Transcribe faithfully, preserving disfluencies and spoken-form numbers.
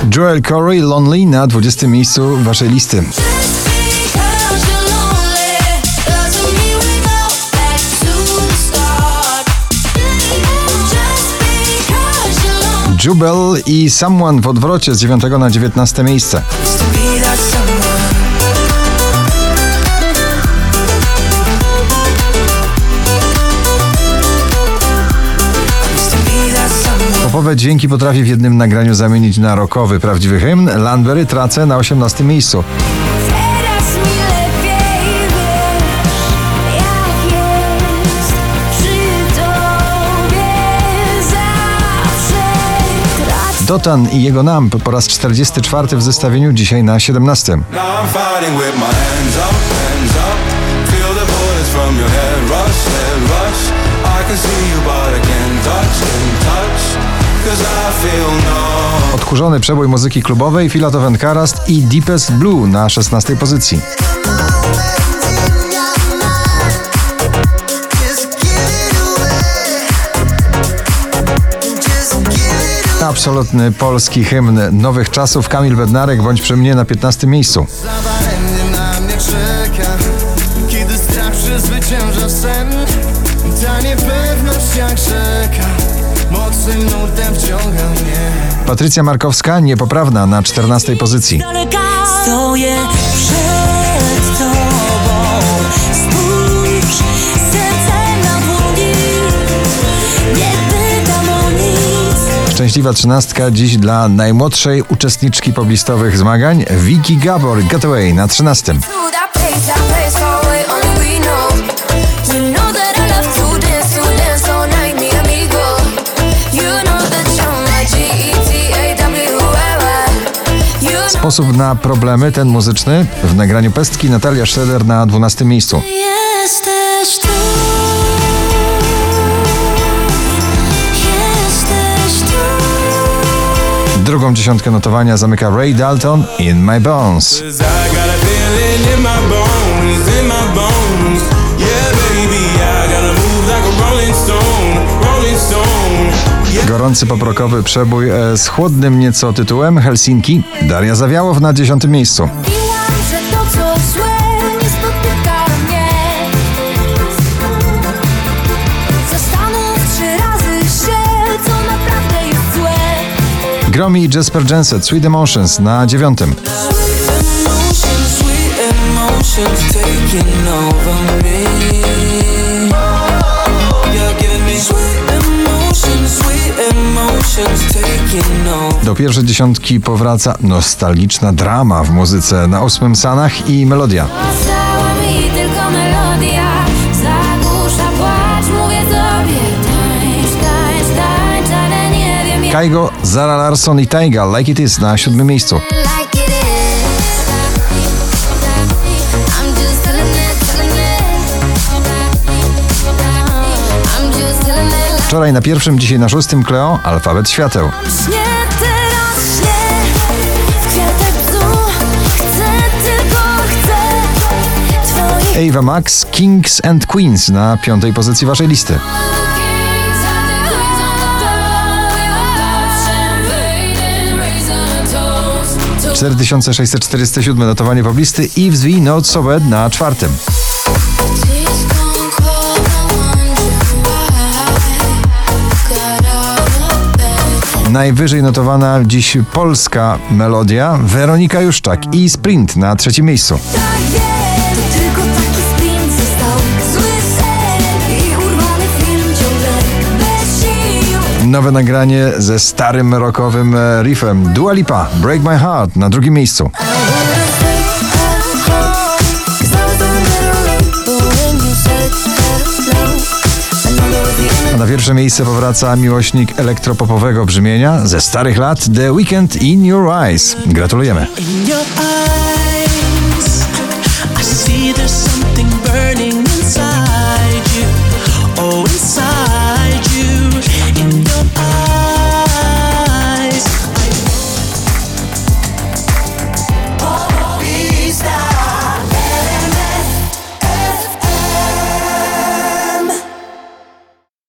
Joel Corey, Lonely na dwudziestym miejscu waszej listy. Jubel i Someone w odwrocie z dziewiątego na dziewiętnaste miejsce. Popowe dźwięki potrafi w jednym nagraniu zamienić na rockowy, prawdziwy hymn. Landberry tracę na osiemnastym miejscu. Dotan i jego Numb po raz czterdziesty czwarty w zestawieniu, dzisiaj na siedemnastym. Odkurzony przebój muzyki klubowej, Filatov and Karast i Deepest Blue na szesnastej pozycji. Absolutny polski hymn nowych czasów, Kamil Bednarek, Bądź przy mnie na piętnastym miejscu. Na mnie czeka, kiedy strach przezwycięża sen, ta niepewność jak rzeka, mocnym nurtem wciąga mnie. Patrycja Markowska, Niepoprawna na czternastej pozycji. Stoję przed tobą, spójrz, serce na dłoni, nie pytam o nic. Szczęśliwa trzynastka dziś dla najmłodszej uczestniczki poblistowych zmagań, Vicky Gabor, Getaway na trzynastym. Sposób na problemy, ten muzyczny, w nagraniu Pestki, Natalia Schroeder na dwunastym miejscu. Jesteś tu, jesteś tu. Drugą dziesiątkę notowania zamyka Ray Dalton, In My Bones. Gorący poprokowy przebój z chłodnym nieco tytułem, Helsinki, Daria Zawiałow na dziesiątym miejscu. Gromi i Jasper Jenset, Sweet Emotions na dziewiątym. Do pierwszej dziesiątki powraca nostalgiczna drama w muzyce na ósmym Sanach i Melodia. Kygo, Zara Larsson i Tyga, Like It Is na siódmym miejscu. Wczoraj na pierwszym, dzisiaj na szóstym Cleo, Alfabet Świateł. Ava Max, Kings and Queens na piątej pozycji waszej listy. cztery tysiące sześćset czterdzieści siedem notowanie poblisty, Yves V, Not So Bad na czwartym. Najwyżej notowana dziś polska melodia, Weronika Juszczak i Sprint na trzecim miejscu. Nowe nagranie ze starym rockowym riffem, Dua Lipa, Break My Heart na drugim miejscu. A na pierwsze miejsce powraca miłośnik elektropopowego brzmienia ze starych lat, The Weeknd, In Your Eyes. Gratulujemy. In your eyes, I see the